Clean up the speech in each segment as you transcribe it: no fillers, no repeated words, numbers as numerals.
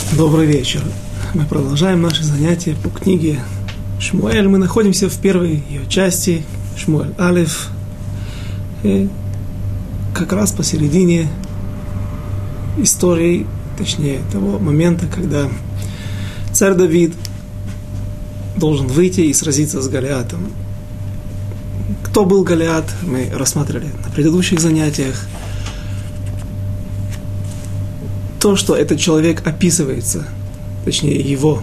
Добрый вечер. Мы продолжаем наши занятия по книге Шмуэль. Мы находимся в первой ее части, Шмуэль Алеф, и как раз посередине истории, точнее того момента, когда царь Давид должен выйти и сразиться с Голиатом. Кто был Голиат, мы рассматривали на предыдущих занятиях. То, что этот человек описывается, точнее его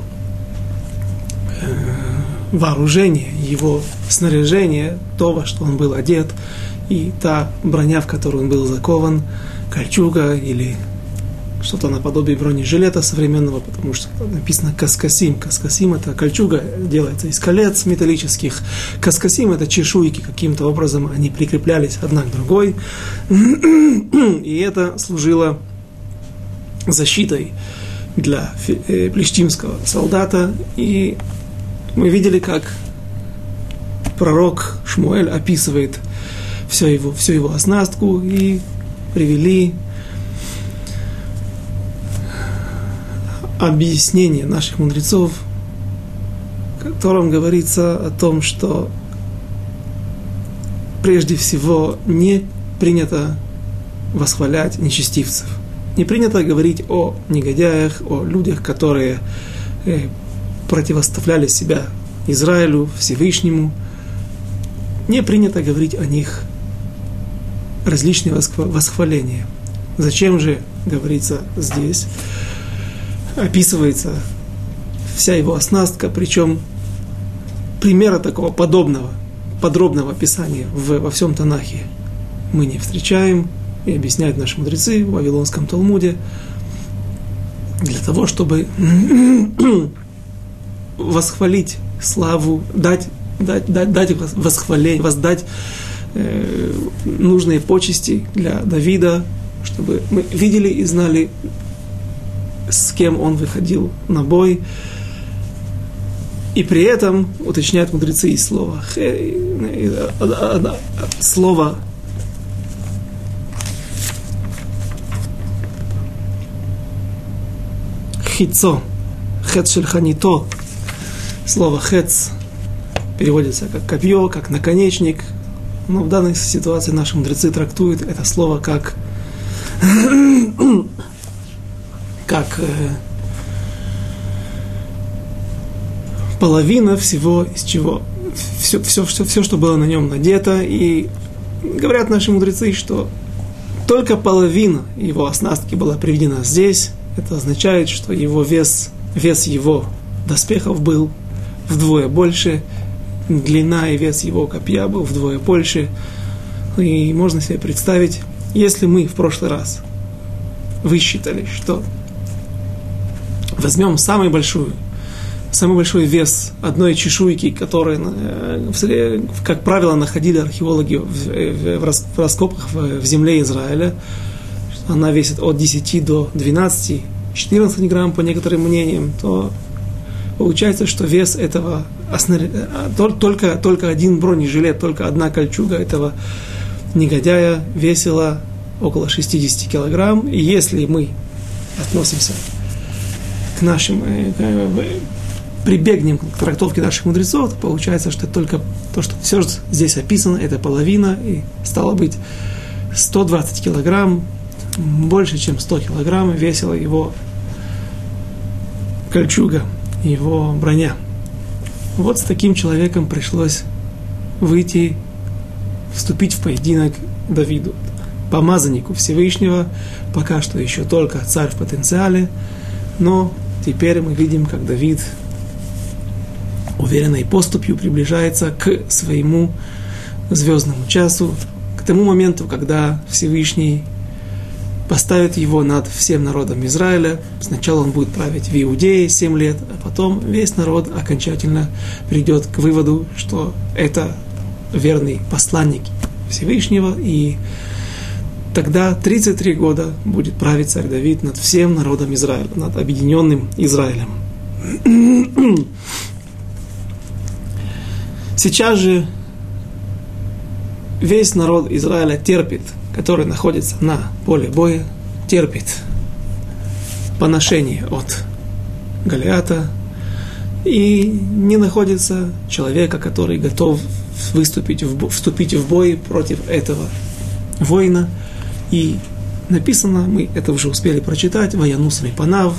вооружение, его снаряжение, то, во что он был одет, и та броня, в которую он был закован, кольчуга или что-то наподобие бронежилета современного, потому что написано каскасим. Каскасим — это кольчуга, делается из колец металлических. Каскасим — это чешуйки, каким-то образом они прикреплялись одна к другой. И это служило защитой для плештимского солдата. И мы видели, как пророк Шмуэль описывает всю его оснастку, и привели объяснение наших мудрецов, в котором говорится о том, что прежде всего не принято восхвалять нечестивцев. Не принято говорить о негодяях, о людях, которые противоставляли себя Израилю, Всевышнему. Не принято говорить о них различные восхваления. Зачем же говорится здесь? Описывается вся его оснастка, причем примера такого подробного описания во всем Танахе мы не встречаем, и объясняют наши мудрецы в Вавилонском Талмуде, для того, чтобы восхвалить славу, дать восхваление, воздать нужные почести для Давида, чтобы мы видели и знали, с кем он выходил на бой. И при этом, уточняют мудрецы, из слова хицо, хец шель ханито, слово хец переводится как копье, как наконечник, но в данной ситуации наши мудрецы трактуют это слово как половина всего, из чего все, что было на нем надето. И говорят наши мудрецы, что только половина его оснастки была приведена здесь. Это означает, что его вес его доспехов был вдвое больше, длина и вес его копья был вдвое больше. И можно себе представить, если мы в прошлый раз высчитали, что возьмем самый большой вес одной чешуйки, которую, как правило, находили археологи в раскопках в земле Израиля, она весит от 10 до 12-14 грамм, по некоторым мнениям, то получается, что вес этого, только один бронежилет, только одна кольчуга этого негодяя весила около 60 килограмм. И если мы относимся к нашим, прибегнем к трактовке наших мудрецов, то получается, что только то, что все здесь описано, это половина, и стало быть 120 килограмм, больше, чем 100 килограмм весила его кольчуга, его броня. Вот с таким человеком пришлось выйти, вступить в поединок Давиду, помазаннику Всевышнего, пока что еще только царь в потенциале, но теперь мы видим, как Давид уверенной поступью приближается к своему звездному часу, к тому моменту, когда Всевышний поставит его над всем народом Израиля. Сначала он будет править в Иудее 7 лет, а потом весь народ окончательно придет к выводу, что это верный посланник Всевышнего, и тогда 33 года будет править царь Давид над всем народом Израиля, над объединенным Израилем. Сейчас же весь народ Израиля терпит, который находится на поле боя, терпит поношение от Голиата, и не находится человека, который готов вступить в бой против этого воина. И написано, мы это уже успели прочитать, «Ваянус мипанав».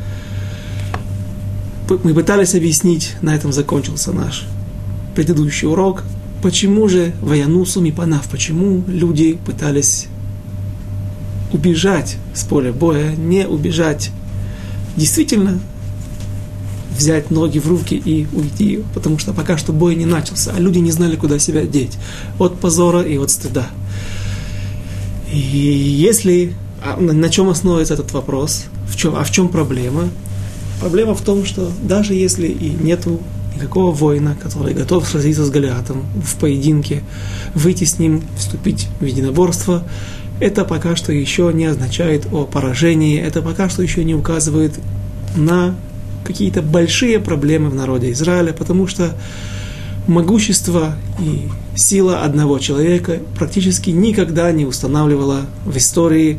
Мы пытались объяснить, на этом закончился наш предыдущий урок, почему же «Ваянусу мипанав», почему люди пытались убежать с поля боя, не убежать, действительно взять ноги в руки и уйти, потому что пока что бой не начался, а люди не знали, куда себя деть от позора и от стыда. И если... на чем основывается этот вопрос? В чем проблема? Проблема в том, что даже если и нету никакого воина, который готов сразиться с Голиатом в поединке, выйти с ним, вступить в единоборство, это пока что еще не означает о поражении, это пока что еще не указывает на какие-то большие проблемы в народе Израиля, потому что могущество и сила одного человека практически никогда не устанавливала в истории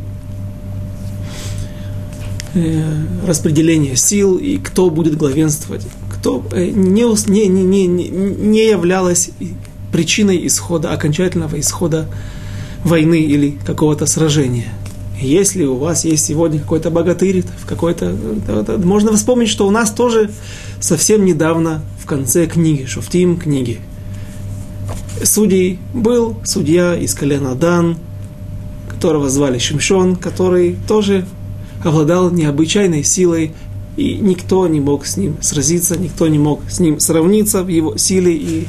распределение сил и кто будет главенствовать, кто не являлось причиной исхода, окончательного исхода войны или какого-то сражения. Если у вас есть сегодня какой-то богатырь, можно вспомнить, что у нас тоже совсем недавно в конце книги, Шофтим книги, судей был судья из колена Дан, которого звали Шимшон, который тоже обладал необычайной силой, и никто не мог с ним сразиться, никто не мог с ним сравниться в его силе, и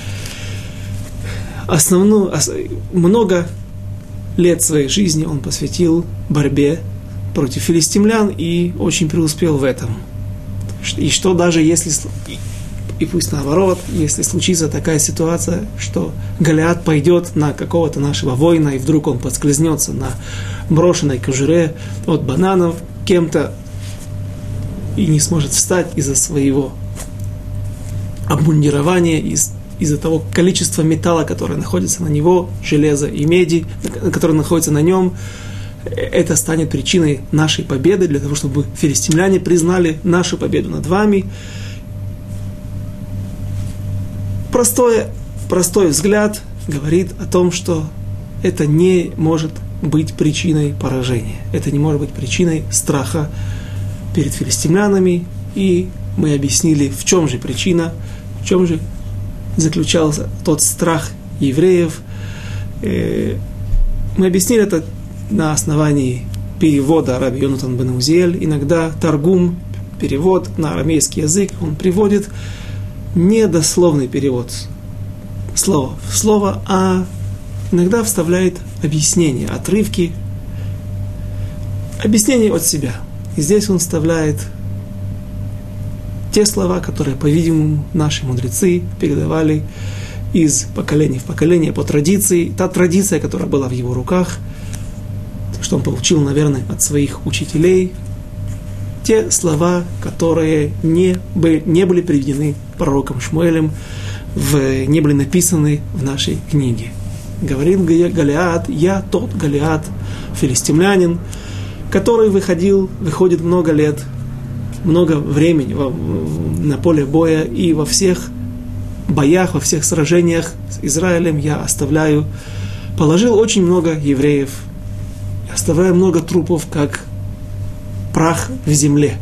много лет своей жизни он посвятил борьбе против филистимлян и очень преуспел в этом. И что даже если, и пусть наоборот, если случится такая ситуация, что Голиат пойдет на какого-то нашего воина, и вдруг он подскользнется на брошенной кожуре от бананов кем-то и не сможет встать из-за своего обмундирования, из-за того количества металла, которое находится на него, железа и меди, которое находится на нем, это станет причиной нашей победы, для того, чтобы филистимляне признали нашу победу над вами. Простой взгляд говорит о том, что это не может быть причиной поражения. Это не может быть причиной страха перед филистимлянами. И мы объяснили, в чем же причина, в чем же заключался тот страх евреев. Мы объяснили это на основании перевода Раби Йонатан бен Узиэль. Иногда Таргум, перевод на арамейский язык, он приводит не дословный перевод слова в слово, а иногда вставляет объяснение, отрывки, объяснение от себя. И здесь он вставляет те слова, которые, по-видимому, наши мудрецы передавали из поколения в поколение по традиции. Та традиция, которая была в его руках, что он получил, наверное, от своих учителей, те слова, которые не были приведены пророком Шмуэлем, не были написаны в нашей книге. Говорит Голиат: «Я тот Голиат, филистимлянин, который выходит много лет, много времени на поле боя, и во всех боях, во всех сражениях с Израилем я положил очень много евреев, оставляю много трупов, как прах в земле.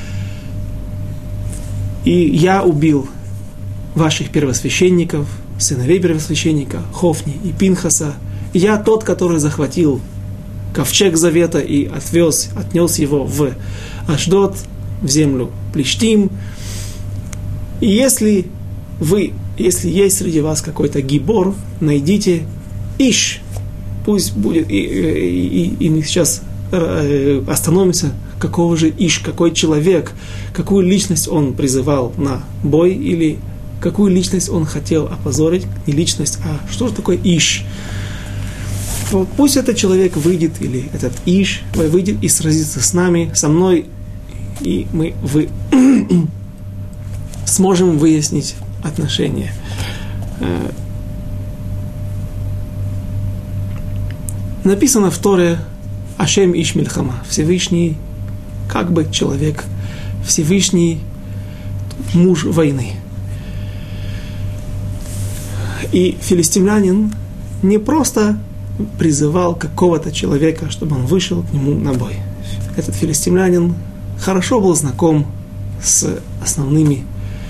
И я убил ваших первосвященников, сыновей первосвященника, Хофни и Пинхаса. И я тот, который захватил ковчег завета и отнес его в Ашдод, в землю Плиштим. И если есть среди вас какой-то гибор, найдите Иш. Пусть будет, и мы сейчас остановимся, какого же Иш, какой человек, какую личность он призывал на бой, или какую личность он хотел опозорить. Не личность, а что же такое Иш? Пусть этот человек выйдет, или этот Иш выйдет и сразится с нами, со мной, и мы сможем выяснить отношения. Написано в Торе: Ашем Иш Мильхама, Всевышний, как бы человек Всевышний муж войны. И филистимлянин не просто призывал какого-то человека, чтобы он вышел к нему на бой. Этот филистимлянин хорошо был знаком с основными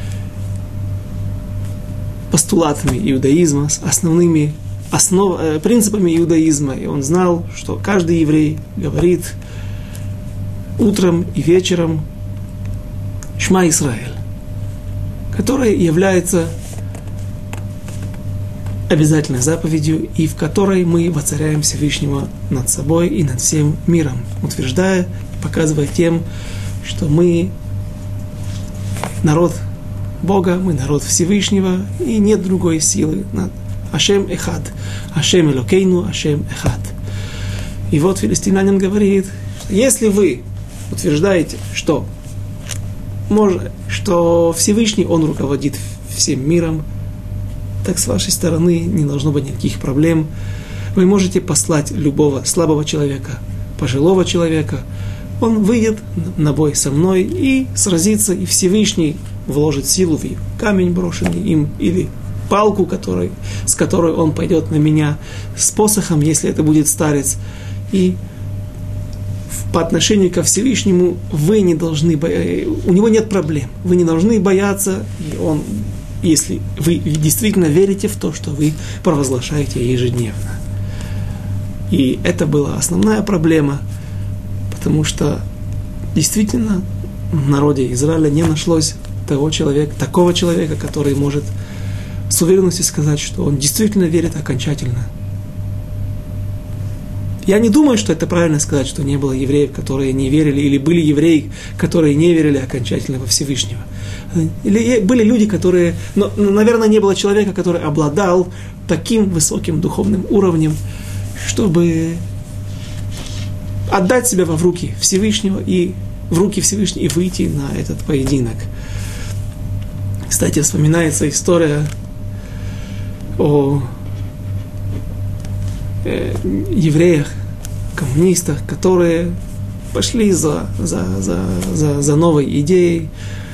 постулатами иудаизма, с основными принципами иудаизма. И он знал, что каждый еврей говорит утром и вечером «Шма Исраэль», которая является обязательной заповедью, и в которой мы воцаряем Всевышнего над собой и над всем миром, утверждая, показывая тем, что мы народ Бога, мы народ Всевышнего, и нет другой силы. Ашем Эхад, Ашем Элокейну, Ашем Эхад. И вот филистимлянин говорит, что если вы утверждаете, что Всевышний, Он руководит всем миром, так с вашей стороны не должно быть никаких проблем. Вы можете послать любого слабого человека, пожилого человека. Он выйдет на бой со мной и сразится, и Всевышний вложит силу в камень, брошенный им, или палку, с которой он пойдет на меня, с посохом, если это будет старец. И по отношению ко Всевышнему вы не должны бояться, у него нет проблем. Вы не должны бояться, и он, если вы действительно верите в то, что вы провозглашаете ежедневно. И это была основная проблема, потому что действительно в народе Израиля не нашлось такого человека, который может с уверенностью сказать, что он действительно верит окончательно. Я не думаю, что это правильно сказать, что не было евреев, которые не верили, или были евреи, которые не верили окончательно во Всевышнего. Или были люди, которые... Но, наверное, не было человека, который обладал таким высоким духовным уровнем, чтобы отдать себя в руки Всевышнего и выйти на этот поединок. Кстати, вспоминается история о евреях, коммунистах, которые пошли за новой идеей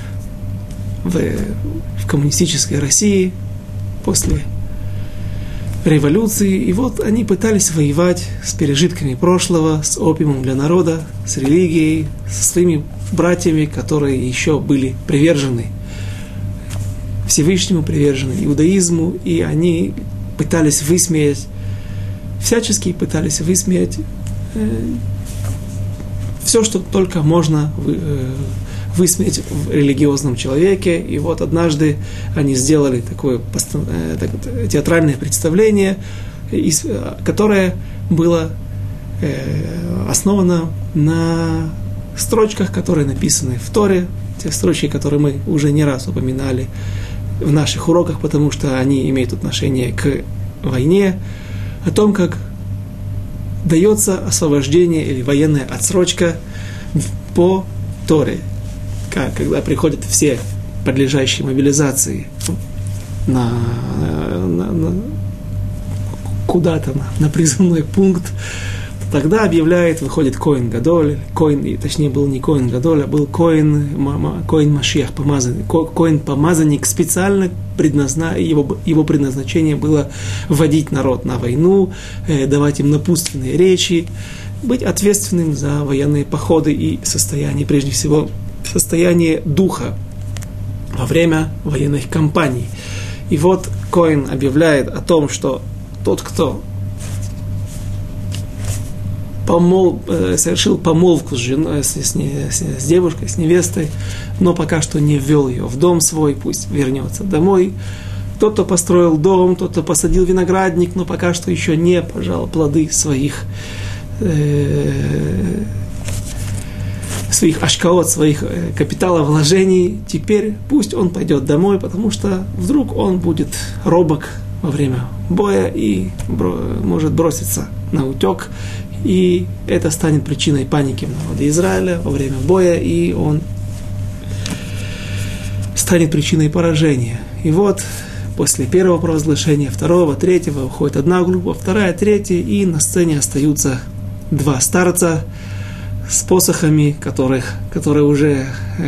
в коммунистической России после революции. И вот они пытались воевать с пережитками прошлого, с опиумом для народа, с религией, со своими братьями, которые еще были привержены Всевышнему, привержены иудаизму, и они пытались всячески пытались высмеять все, что только можно высмеять в религиозном человеке. И вот однажды они сделали такое театральное представление, которое было основано на строчках, которые написаны в Торе, те строчки, которые мы уже не раз упоминали в наших уроках, потому что они имеют отношение к войне, о том, как дается освобождение или военная отсрочка по Торе, когда приходят все подлежащие мобилизации куда-то на призывной пункт, тогда выходит Коэн Гадоль, точнее был не Коэн Гадоль, а был Коэн Машиах, Коэн помазанник, специально его предназначение было вводить народ на войну, давать им напутственные речи, быть ответственным за военные походы и состояние, прежде всего, состояние духа во время военных кампаний. И вот Коэн объявляет о том, что тот, кто совершил помолвку с женой, с девушкой, с невестой, но пока что не ввел ее в дом свой, пусть вернется домой. Тот, кто построил дом, тот, кто посадил виноградник, но пока что еще не пожал плоды своих ашкаот, своих капиталовложений, теперь пусть он пойдет домой, потому что вдруг он будет робок во время боя и может броситься на утек, и это станет причиной паники в народе Израиля во время боя, и он станет причиной поражения. И вот после первого провозглашения, второго, третьего уходит одна группа, вторая, третья, и на сцене остаются два старца, с посохами, которые уже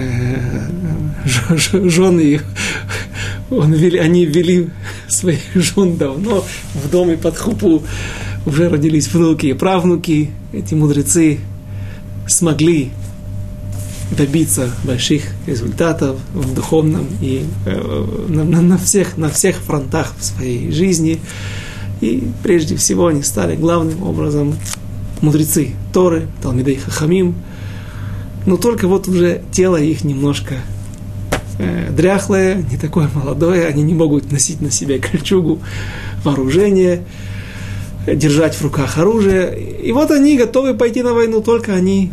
жены, они ввели своих жен давно в доме под хупу, уже родились внуки и правнуки. Эти мудрецы смогли добиться больших результатов в духовном и на всех фронтах в своей жизни. И прежде всего они стали главным образом мудрецы Торы, Талмидей Хахамим. Но только вот уже тело их немножко дряхлое, не такое молодое, они не могут носить на себе кольчугу, вооружение, держать в руках оружие. И вот они готовы пойти на войну, только они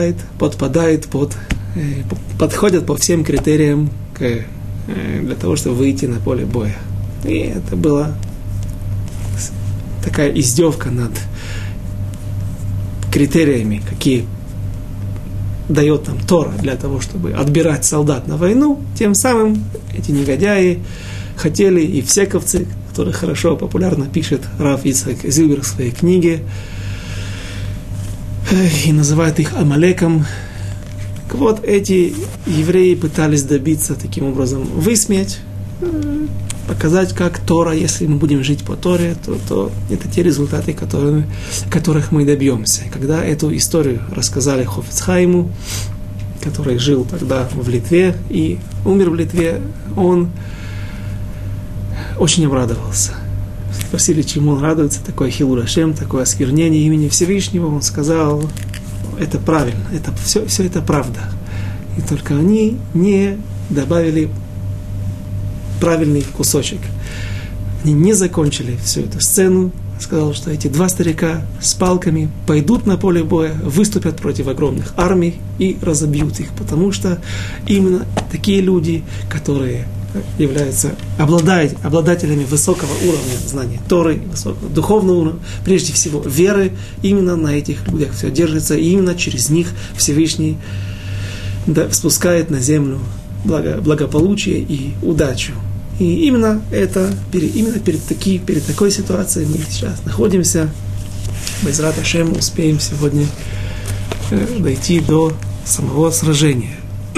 подходят по всем критериям для того, чтобы выйти на поле боя. И это была такая издевка над критериями, какие дает нам Тора для того, чтобы отбирать солдат на войну. Тем самым эти негодяи хотели, и всековцы, которые хорошо, популярно пишет Рав Ицхак Зильбер в своей книге, и называют их Амалеком. Так вот, эти евреи пытались добиться таким образом, высмеять, показать, как Тора, если мы будем жить по Торе, то это те результаты, которых мы добьемся. Когда эту историю рассказали Хофец Хаиму, который жил тогда в Литве и умер в Литве, он очень обрадовался. Спросили, чему он радуется, такое хилур Ашем, такое осквернение имени Всевышнего. Он сказал, это правильно, все это правда. И только они не добавили правильный кусочек. Они не закончили всю эту сцену. Сказал, что эти два старика с палками пойдут на поле боя, выступят против огромных армий и разобьют их, потому что именно такие люди, которые являются обладателями высокого уровня знания Торы, высокого духовного уровня, прежде всего веры, именно на этих людях все держится, и именно через них Всевышний спускает на землу благополучие и удачу. И именно перед такой ситуацией мы сейчас находимся. Бе'эзрат Ашем успеем сегодня дойти до самого сражения.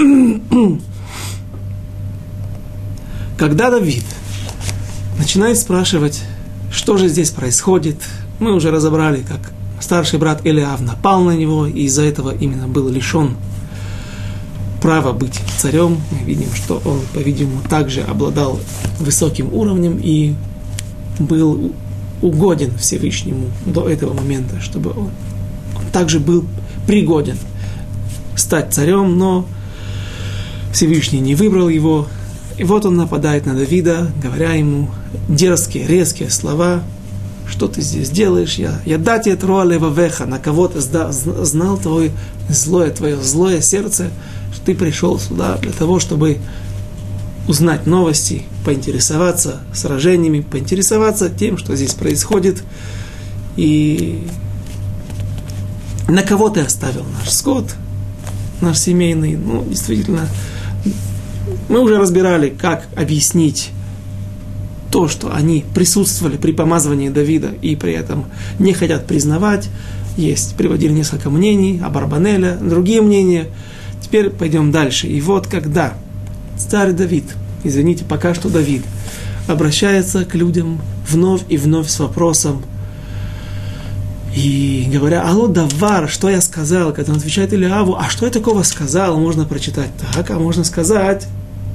Когда Давид начинает спрашивать, что же здесь происходит, мы уже разобрали, как старший брат Элиав напал на него, и из-за этого именно был лишен права быть царем. Мы видим, что он, по-видимому, также обладал высоким уровнем и был угоден Всевышнему до этого момента, чтобы он также был пригоден стать царем, но Всевышний не выбрал его. И вот он нападает на Давида, говоря ему дерзкие, резкие слова. Что ты здесь делаешь? Я дати et роа левавеха, на кого ты знал твое злое сердце, что ты пришел сюда для того, чтобы узнать новости, поинтересоваться сражениями, поинтересоваться тем, что здесь происходит. И на кого ты оставил наш скот, наш семейный? Ну, действительно, мы уже разбирали, как объяснить то, что они присутствовали при помазывании Давида и при этом не хотят признавать. Приводили несколько мнений, Абарбанеля, другие мнения. Теперь пойдем дальше. И вот когда царь Давид, пока что Давид, обращается к людям вновь и вновь с вопросом, и говоря, алло, давар, что я сказал, когда он отвечает Илиаву, а что я такого сказал, можно прочитать так, а можно сказать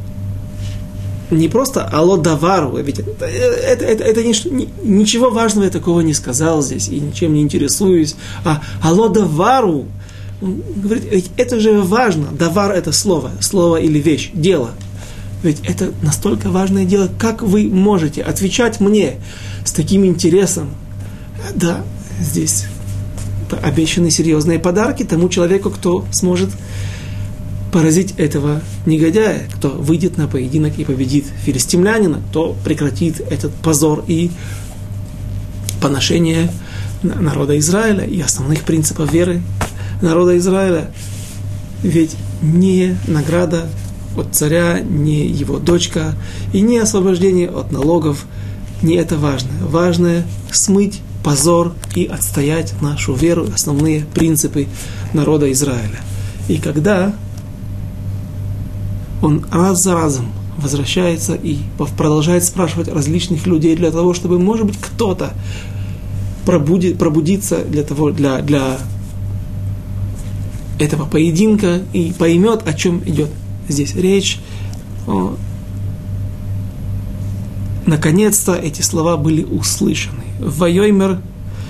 не просто алло, давару, ведь это ничего важного я такого не сказал здесь, и ничем не интересуюсь, а алло, давару, он говорит, ведь это же важно, давар это слово или вещь, дело, ведь это настолько важное дело, как вы можете отвечать мне с таким интересом, да, здесь обещаны серьезные подарки тому человеку, кто сможет поразить этого негодяя, кто выйдет на поединок и победит филистимлянина, кто прекратит этот позор и поношение народа Израиля и основных принципов веры народа Израиля. Ведь не награда от царя, не его дочка и не освобождение от налогов, не это важное. Важное смыть позор и отстоять нашу веру, основные принципы народа Израиля. И когда он раз за разом возвращается и продолжает спрашивать различных людей для того, чтобы, может быть, кто-то пробудиться для этого поединка и поймет, о чем идет здесь речь. Наконец-то эти слова были услышаны. Вайоймер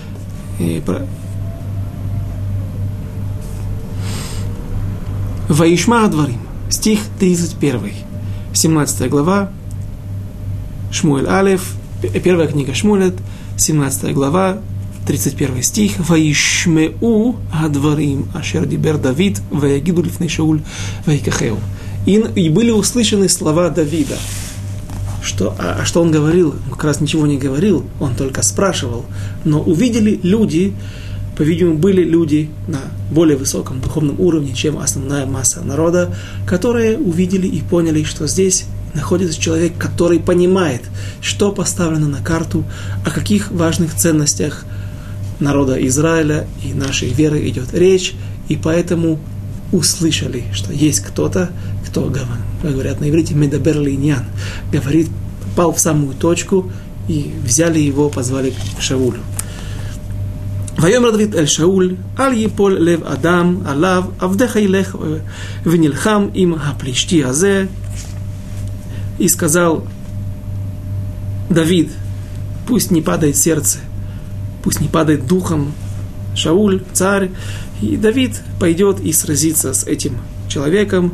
Ваишма Адварим, стих 31, 17 глава, Шмуэль Алеф, первая книга Шмуэля, 17 глава, 31 стих. Ваишмеу Адварим Ашер Дибер Давид Ваягиду лифней Шауль Ваикахеу. И были услышаны слова Давида. Что он говорил? Он как раз ничего не говорил, он только спрашивал. Но увидели люди, по-видимому, были люди на более высоком духовном уровне, чем основная масса народа, которые увидели и поняли, что здесь находится человек, который понимает, что поставлено на карту, о каких важных ценностях народа Израиля и нашей веры идет речь, и поэтому услышали, что есть кто-то, кто, говорят на иврите, медабер линьян, говорит, попал в самую точку, и взяли его, позвали к Шаулю. ויאמר דוד אל שאול, אל ייפול לב אדם עליו, עבדך ילך ונלחם עם הפלישתי הזה. И сказал Давид, пусть не падает сердце, пусть не падает духом Шауль, царь, и Давид пойдет и сразится с этим человеком.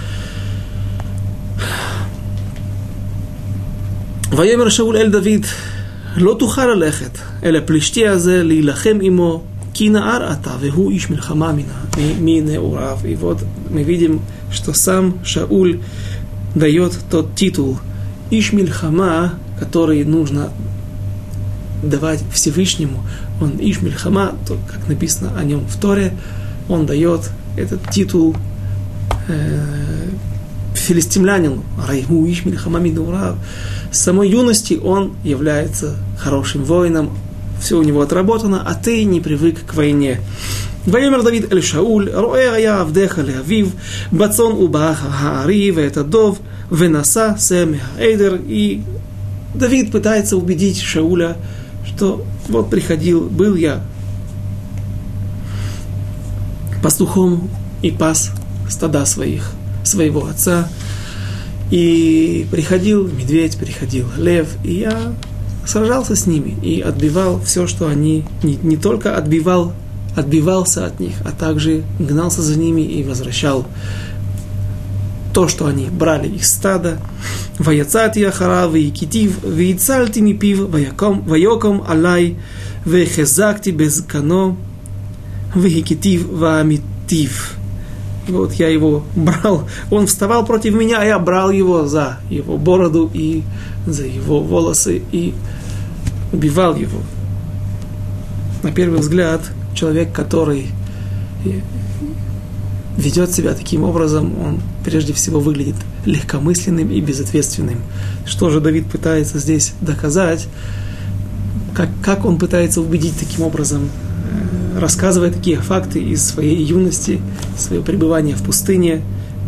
ויאמר שאול אל דוד, לא תוכל ללכת אל הפלישתי הזה להילחם עמו, כי נער אתה, והוא איש מלחמה מנעוריו. И вот мы видим, что сам Шауль дает тот титул Иш Мильхама, который нужно давать Всевышнему. Он Иш Мильхама, то, как написано о нем в Торе, он дает этот титул филистимлянину. Райгу Иш Мильхама Мидурав. С самой юности он является хорошим воином, все у него отработано, а ты не привык к войне. ויאמר דוד אל שאול, רואה היה עבדך לאביו, בצאן ובאח הארי ואת הדוב, ונשא שא מהעדר. И Давид пытается убедить Шауля, что вот был я пастухом и пас стада своего отца, и приходил медведь, приходил лев, и я сражался с ними и отбивал все, что они, не только отбивался от них, а также гнался за ними и возвращал то, что они брали из стада. «Ваяцати ахара ваикитив, ваицальти мипив, ваяком алай, вехезакти безкано, ваикитив ваамитив». И вот я его брал, он вставал против меня, а я брал его за его бороду и за его волосы и убивал его. На первый взгляд, человек, который ведет себя таким образом, он прежде всего выглядит легкомысленным и безответственным. Что же Давид пытается здесь доказать? Как он пытается убедить таким образом, рассказывая такие факты из своей юности, своего пребывания в пустыне.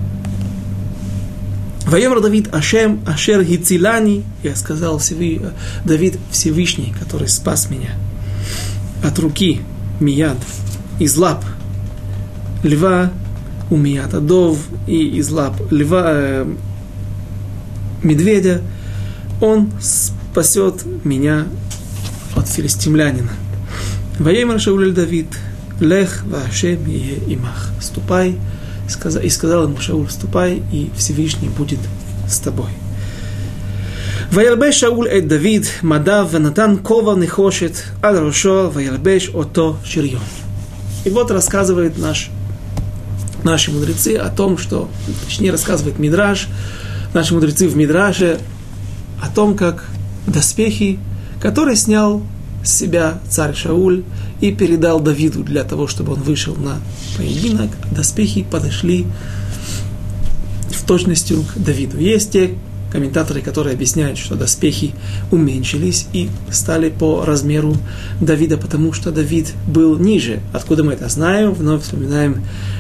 «Ваемр Давид Ашем Ашер Гицилани», я сказал Давид Всевышний, который спас меня от руки Мияд, из лап льва, у Мияд Адов, и из лап льва медведя, он спасет меня от филистимлянина. «Ваемр Шауль Давид, лех ваашем ие имах». «Ступай», и сказал ему Шауль, «Ступай, и Всевышний будет с тобой». «Ваялбеш Шауль эт Давид, мадав ванатан кова нехошет, ад рошо, ваялбеш ото ширьон». И вот рассказывает наши мудрецы о том, что, точнее рассказывает Мидраш, наши мудрецы в Мидраше, о том, как доспехи, которые снял с себя царь Шауль и передал Давиду для того, чтобы он вышел на поединок, доспехи подошли в точности к Давиду. Есть те, комментаторы, которые объясняют, что доспехи уменьшились и стали по размеру Давида, потому что Давид был ниже. Откуда мы это знаем? Вновь вспоминаем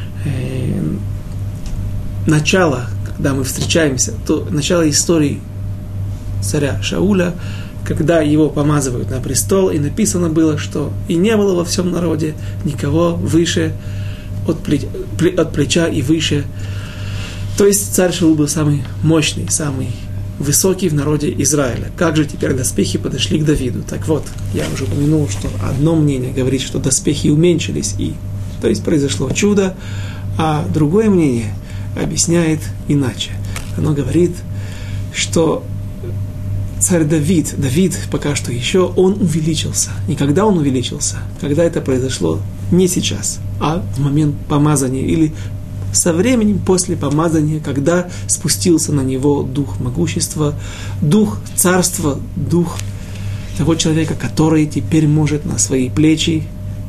начало, когда мы встречаемся, то начало истории царя Шауля, когда его помазывают на престол, и написано было, что и не было во всем народе никого выше от плеча и выше. То есть царь Шаул был самый мощный, самый высокий в народе Израиля. Как же теперь доспехи подошли к Давиду? Так вот, я уже упомянул, что одно мнение говорит, что доспехи уменьшились, то есть произошло чудо, а другое мнение объясняет иначе. Оно говорит, что царь Давид пока что еще, он увеличился. И когда он увеличился? Когда это произошло не сейчас, а в момент помазания или со временем после помазания, когда спустился на него дух могущества, дух царства, дух того человека, который теперь может на свои плечи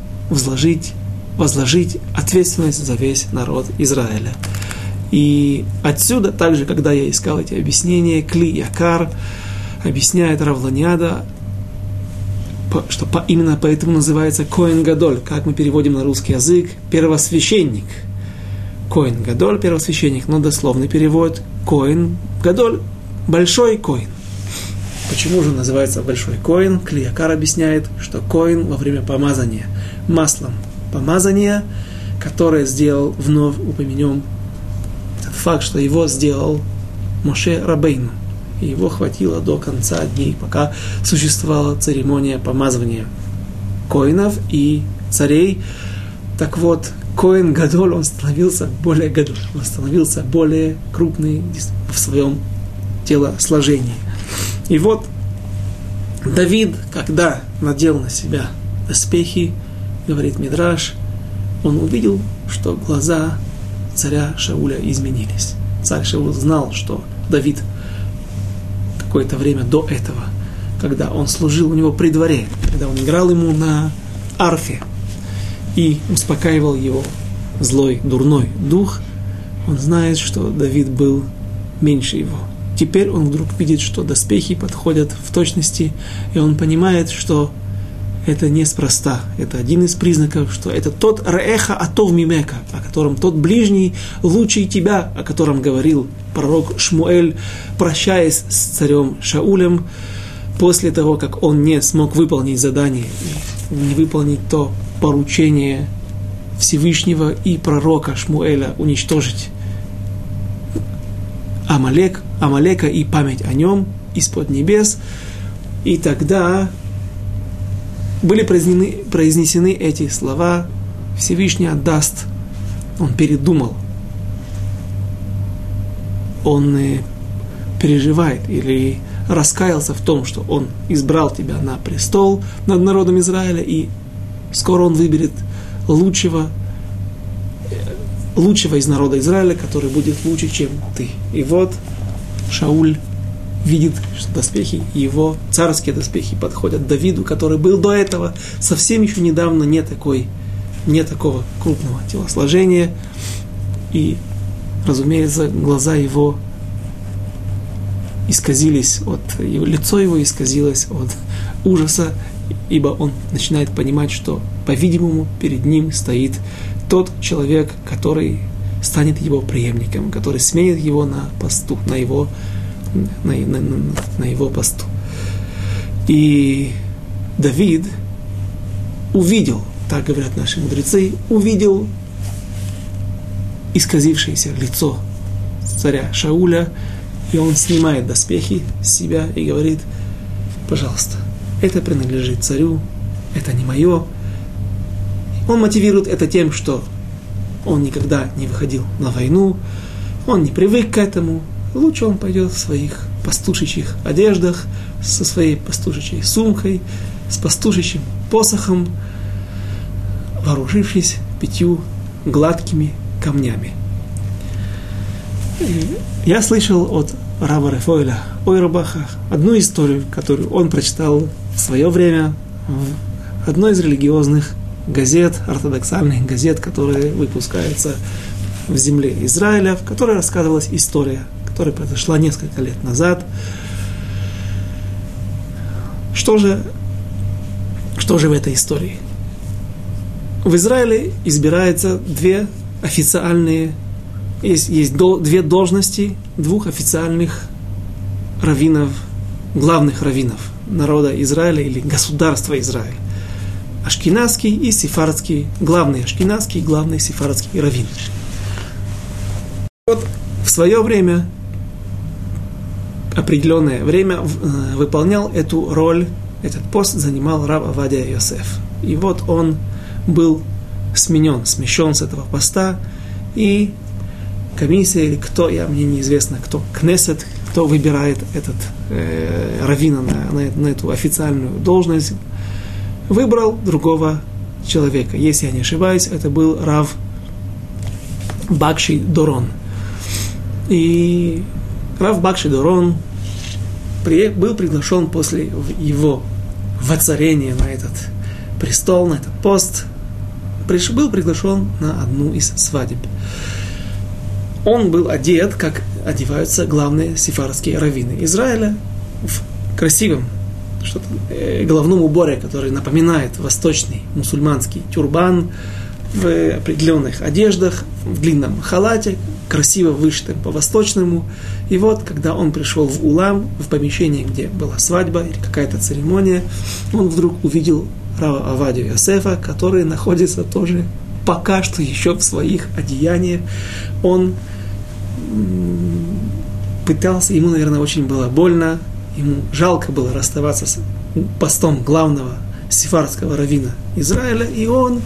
возложить ответственность за весь народ Израиля. И отсюда, также, когда я искал эти объяснения, Кли Якар объясняет Рав Ланиада, что именно поэтому называется Коэн Гадоль, как мы переводим на русский язык, первосвященник. Коэн Гадоль, первосвященник, но дословный перевод Коэн Гадоль, большой Коэн. Почему же называется большой Коэн? Кли Якар объясняет, что Коэн во время помазания маслом помазания, которое сделал, вновь упомянем этот факт, что его сделал Моше Рабейну. И его хватило до конца дней, пока существовала церемония помазывания коинов и царей. Так вот, Коэн Гадоль, он становился более гадоль, он становился более крупный в своем телосложении. И вот Давид, когда надел на себя доспехи, говорит Мидраш, он увидел, что глаза царя Шауля изменились. Царь Шауль знал, что Давид какое-то время до этого, когда он служил у него при дворе, когда он играл ему на арфе и успокаивал его злой, дурной дух, он знает, что Давид был меньше его. Теперь он вдруг видит, что доспехи подходят в точности, и он понимает, что это неспроста. Это один из признаков, что это тот Реэха Атов Мимека, о котором тот ближний лучший тебя, о котором говорил пророк Шмуэль, прощаясь с царем Шаулем, после того, как он не смог выполнить задание, не выполнить то поручение Всевышнего и пророка Шмуэля уничтожить Амалека и память о нем из-под небес. И тогда были произнесены эти слова: Всевышний отдаст. Он передумал. Он переживает или раскаялся в том, что он избрал тебя на престол над народом Израиля, и скоро он выберет лучшего из народа Израиля, который будет лучше, чем ты. И вот Шауль видит, что доспехи, его царские доспехи подходят Давиду, который был до этого совсем еще недавно не такого крупного телосложения. И, разумеется, глаза его исказились лицо его исказилось от ужаса, ибо он начинает понимать, что, по-видимому, перед ним стоит тот человек, который станет его преемником, который сменит его на посту, на его посту. И Давид увидел, так говорят наши мудрецы, увидел исказившееся лицо царя Шауля, и он снимает доспехи с себя и говорит: пожалуйста, это принадлежит царю, это не мое. Он мотивирует это тем, что он никогда не выходил на войну, он не привык к этому. Лучше он пойдет в своих пастушечьих одеждах, со своей пастушечьей сумкой, с пастушечьим посохом, вооружившись 5 гладкими камнями. Я слышал от раба Рефоэля Ойрбаха одну историю, которую он прочитал в свое время в одной из религиозных газет, ортодоксальных газет, которые выпускаются в земле Израиля, в которой рассказывалась история которая произошла несколько лет назад. Что же в этой истории? В Израиле избирается две официальные, есть две должности двух официальных раввинов, главных раввинов народа Израиля или государства Израиля. Ашкеназский и сефардский, главный ашкеназский и главный сефардский раввин. Вот в свое время, определенное время, выполнял эту роль, этот пост занимал рав Овадия Йосеф. И вот он был смещен с этого поста, и комиссия, или кто, мне неизвестно, кто, Кнессет, кто выбирает этот раввина на эту официальную должность, выбрал другого человека. Если я не ошибаюсь, это был рав Бакши Дорон. И рав Бакши Дорон был приглашен после его воцарения на этот престол, на этот пост, был приглашен на одну из свадеб. Он был одет, как одеваются главные сефардские раввины Израиля, в красивом головном уборе, который напоминает восточный мусульманский тюрбан, в определенных одеждах, в длинном халате, красиво вышитым по-восточному. И вот, когда он пришел в улам, в помещение, где была свадьба или какая-то церемония, он вдруг увидел рава Овадию Йосефа, который находится тоже пока что еще в своих одеяниях. Он пытался, ему, наверное, очень было больно, ему жалко было расставаться с постом главного сефардского раввина Израиля, и он,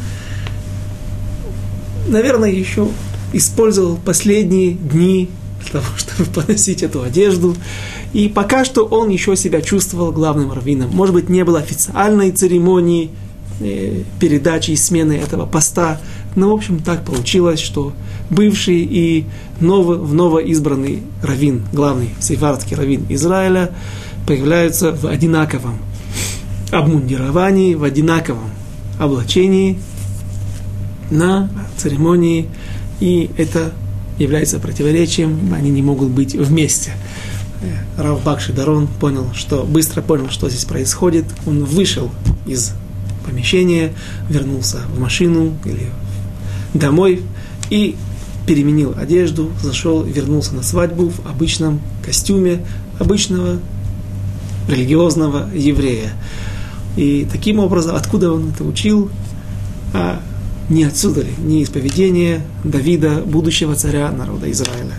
наверное, еще использовал последние дни для того, чтобы поносить эту одежду. И пока что он еще себя чувствовал главным раввином. Может быть, не было официальной церемонии передачи и смены этого поста, но, в общем, так получилось, что бывший и новоизбранный раввин, главный сефардский раввин Израиля, появляются в одинаковом обмундировании, в одинаковом облачении на церемонии, и это является противоречием, они не могут быть вместе. Рав Бакши Дорон быстро понял, что здесь происходит. Он вышел из помещения, вернулся в машину или домой и переменил одежду, вернулся на свадьбу в обычном костюме обычного религиозного еврея. И таким образом, откуда он это учил? Не отсюда ли, не из поведения Давида, будущего царя народа Израиля.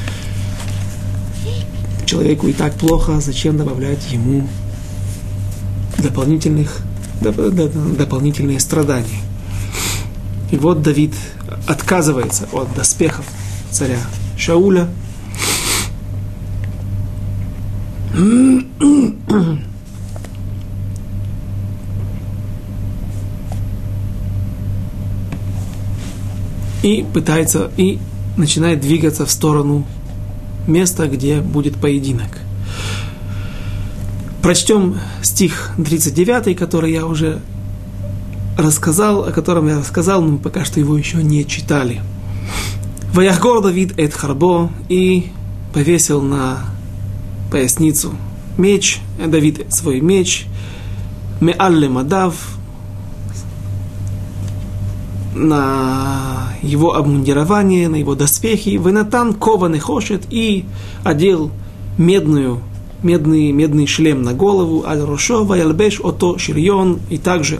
Человеку и так плохо, зачем добавлять ему дополнительные страдания? И вот Давид отказывается от доспехов царя Шауля. И начинает двигаться в сторону места, где будет поединок. Прочтем стих 39, который я уже рассказал, о котором я рассказал, но мы пока что его еще не читали. «Ваяхгор Давид эт харбо», и повесил на поясницу меч, Давид свой меч, меалле мадав, на его обмундирование, на его доспехи, венатан кован и хошет, и одел медный шлем на голову, аль рошо ваялбеш ото ширьон, и также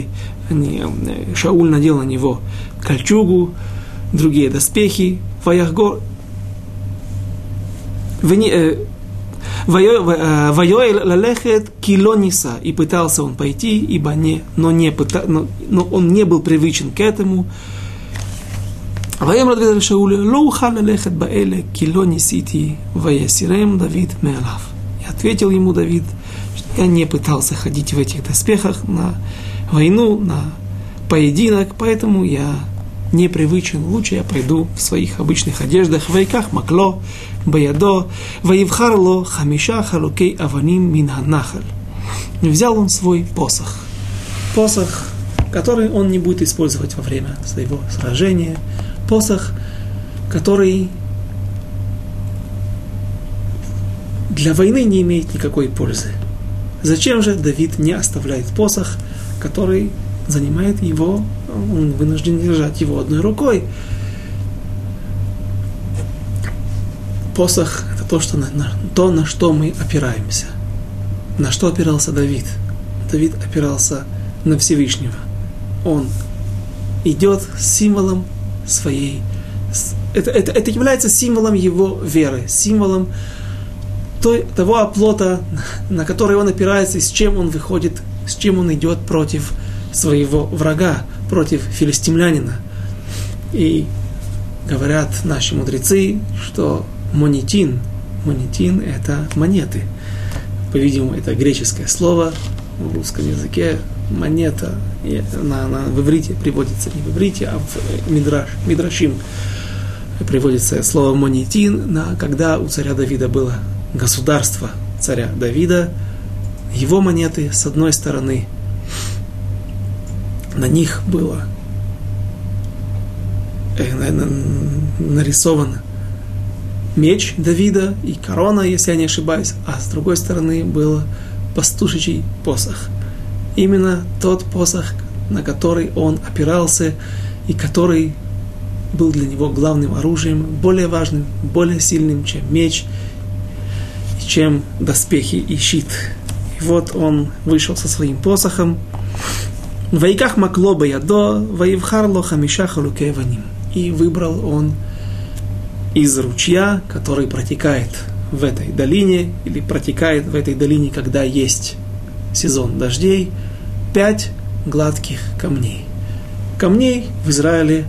Шауль надел на него кольчугу, другие доспехи, ваяхгор Вайоэль лалехет килониса, и пытался он пойти, но он не был привычен к этому. Ваемрад Давид Шауль лоухал лалехет баэле килонисити ваясирем Давид меалав. И ответил ему Давид, что я не пытался ходить в этих доспехах на войну, на поединок, поэтому я непривычен, лучше я пойду в своих обычных одеждах. Вайках макло баядо ваивхарло хамиша халукей аваним минханахаль. И взял он свой посох, который он не будет использовать во время своего сражения, посох, который для войны не имеет никакой пользы. Зачем же Давид не оставляет посох, который занимает его, он вынужден держать его одной рукой? Посох – это то, на что мы опираемся. На что опирался Давид? Давид опирался на Всевышнего. Он идет с символом своей... Это является символом его веры, символом того оплота, на который он опирается, и с чем он выходит, с чем он идет против своего врага, против филистимлянина. И говорят наши мудрецы, что монетин это монеты. По-видимому, это греческое слово в русском языке. Монета, в иврите приводится, не в иврите, а в мидрашим приводится слово монетин, когда у царя Давида было государство царя Давида. Его монеты, с одной стороны, на них было нарисован меч Давида и корона, если я не ошибаюсь, а с другой стороны был пастушечий посох. Именно тот посох, на который он опирался и который был для него главным оружием, более важным, более сильным, чем меч, чем доспехи и щит. И вот он вышел со своим посохом. «Ваиках макло баядо, ваивхарло хамиша халукей ваним». И выбрал он из ручья, который протекает в этой долине, или протекает в этой долине, когда есть сезон дождей, 5 гладких камней. Камней в Израиле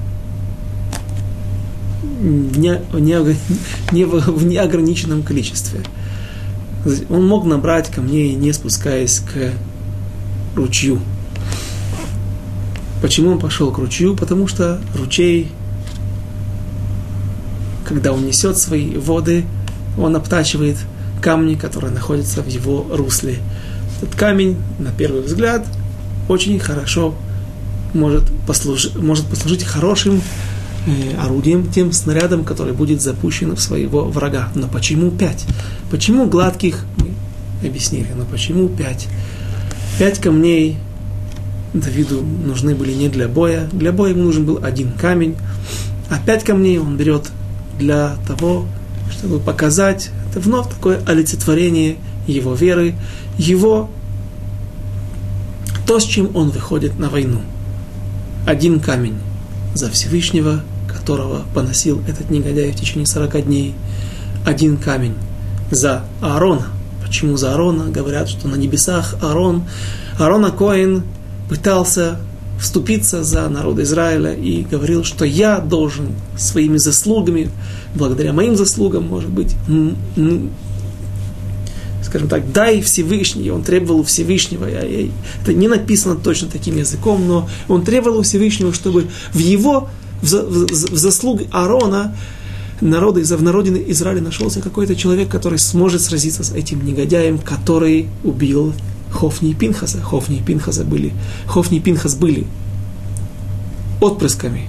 в неограниченном количестве. Он мог набрать камней, не спускаясь к ручью. Почему он пошел к ручью? Потому что ручей, когда он несет свои воды, он обтачивает камни, которые находятся в его русле. Этот камень, на первый взгляд, очень хорошо может послужить хорошим орудием, тем снарядом, который будет запущен в своего врага. Но почему 5? Почему гладких? Мы объяснили, но почему 5? 5 камней Давиду нужны были не для боя. Для боя ему нужен был 1 камень, а 5 камней он берет для того, чтобы показать, это вновь такое олицетворение его веры, то, с чем он выходит на войну. 1 камень за Всевышнего, которого поносил этот негодяй в течение 40 дней. 1 камень за Аарона. Почему за Аарона? Говорят, что на небесах Аарон ха-Коэн пытался вступиться за народ Израиля и говорил, что я должен своими заслугами, благодаря моим заслугам, может быть, скажем так, дай Всевышний. Он требовал у Всевышнего, это не написано точно таким языком, но он требовал у Всевышнего, чтобы в заслуг Аарона в народе Израиля нашелся какой-то человек, который сможет сразиться с этим негодяем, который убил Хофни и Пинхаса. Хофни и Пинхас были отпрысками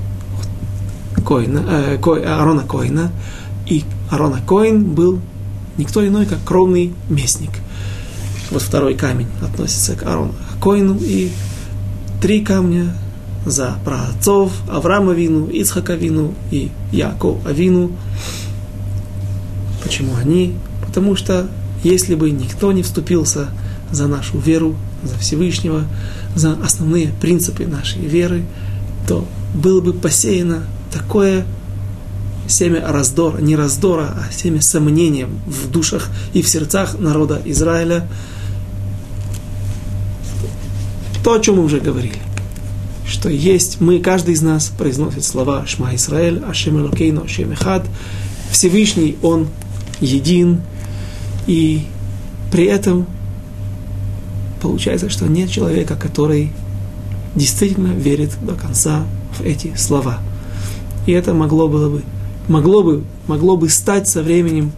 Аарона Коэна, и Аарон ха-Коэн был никто иной, как кровный местник. Вот 2 камень относится к Аарону ха-Коэну, и 3 камня за праотцов Авраам Авину, Ицхак Авину и Яаков Авину. Почему они? Потому что если бы никто не вступился за нашу веру, за Всевышнего, за основные принципы нашей веры, то было бы посеяно такое семя раздора, не раздора, а семя сомнения в душах и в сердцах народа Израиля. То, о чем мы уже говорили, что есть, каждый из нас произносит слова Шма Исраэль, Ашем Элокейну, Ашем Эхад, Всевышний, Он един, и при этом получается, что нет человека, который действительно верит до конца в эти слова. И это могло бы стать со временем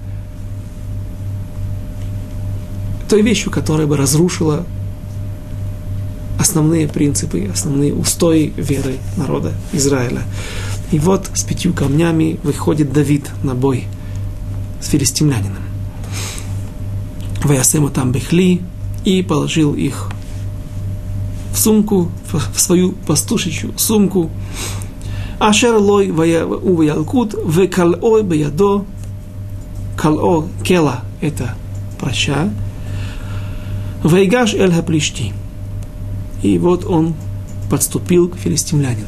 той вещью, которая бы разрушила основные принципы, основные устои веры народа Израиля. И вот с 5 камнями выходит Давид на бой с филистимлянином. Ваясему там бехли, и положил их в сумку, в свою пастушечью сумку. Ашер лой уваялкут, векалой беядо, кало, кела, это проща, вейгаш эль хаплишти. И вот он подступил к филистимлянину.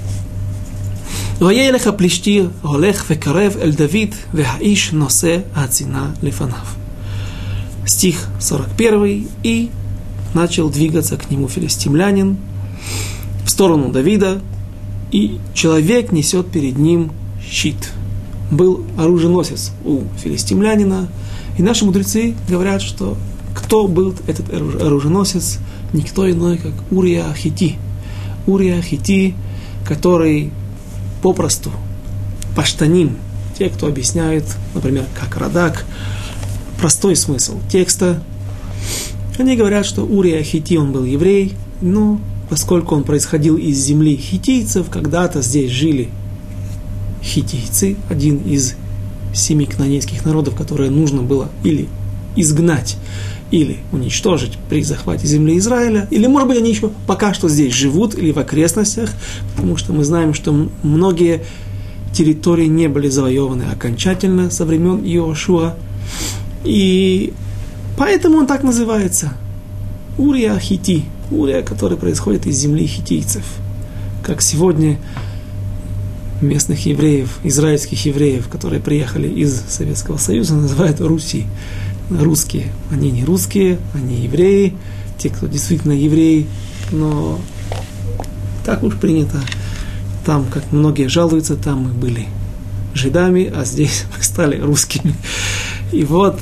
וילך הפלישתי הולך וקרב אל דוד והאיש נושא הצינה לפניו. Стих 41. И начал двигаться к нему филистимлянин в сторону Давида, и человек несет перед ним щит. Был оруженосец у филистимлянина, и наши мудрецы говорят, что кто был этот оруженосец, никто иной, как Урия Хити. Урия Хити, который попросту, паштаним, те, кто объясняет, например, как Радак, простой смысл текста, они говорят, что Урия Хити, он был еврей, но поскольку он происходил из земли хиттийцев, когда-то здесь жили хиттийцы, один из 7 кнаанейских народов, которые нужно было или изгнать, или уничтожить при захвате земли Израиля, или, может быть, они еще пока что здесь живут, или в окрестностях, потому что мы знаем, что многие территории не были завоеваны окончательно со времен Иошуа, и поэтому он так называется. Урия Хити, Урия, который происходит из земли хиттийцев. Как сегодня местных евреев, израильских евреев, которые приехали из Советского Союза, называют Руси. Русские. Они не русские, они евреи, те, кто действительно евреи, но так уж принято. Там, как многие жалуются, там мы были жидами, а здесь мы стали русскими. И вот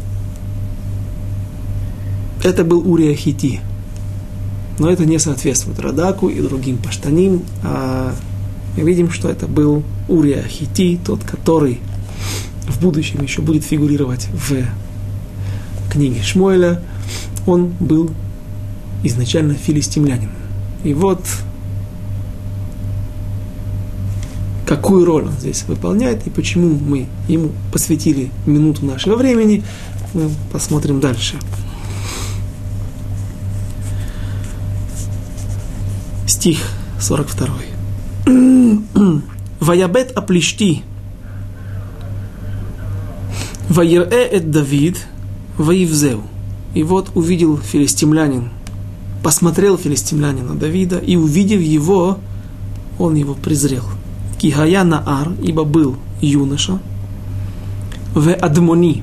это был Урия Хити. Но это не соответствует Радаку и другим паштаним, а мы видим, что это был Урия Хити, тот, который в будущем еще будет фигурировать в книге Шмуэля. Он был изначально филистимлянин. И вот какую роль он здесь выполняет и почему мы ему посвятили минуту нашего времени, мы посмотрим дальше. Стих 42. «Ваябет аплишти, ваирэ эт Давид, ваивзеу». И вот увидел филистимлянин, посмотрел филистимлянин на Давида, и увидев его, он его презрел. «Кихая наар», ибо был юноша, «ве адмони»,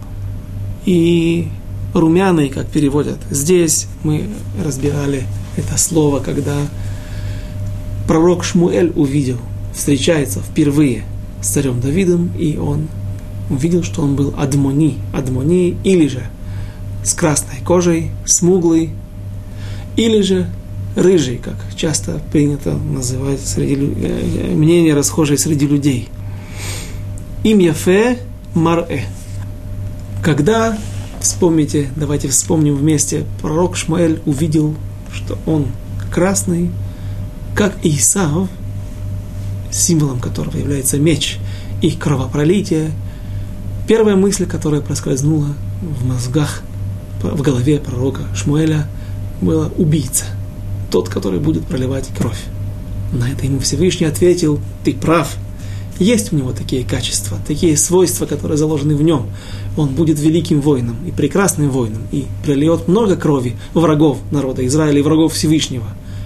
и румяный, как переводят. Здесь мы разбирали это слово, когда пророк Шмуэль встречается впервые с царем Давидом, и он увидел, что он был адмони, или же с красной кожей, смуглый, или же рыжий, как часто принято называть мнение расхожее среди людей. Им яфе марэ. Когда, вспомните, давайте вспомним вместе, пророк Шмуэль увидел, что он красный, как Исав, символом которого является меч и кровопролитие. Первая мысль, которая проскользнула в мозгах, в голове пророка Шмуэля, была убийца, тот, который будет проливать кровь. На это ему Всевышний ответил: ты прав, есть у него такие качества, такие свойства, которые заложены в нем. Он будет великим воином и прекрасным воином, и прольет много крови врагов народа Израиля и врагов Всевышнего.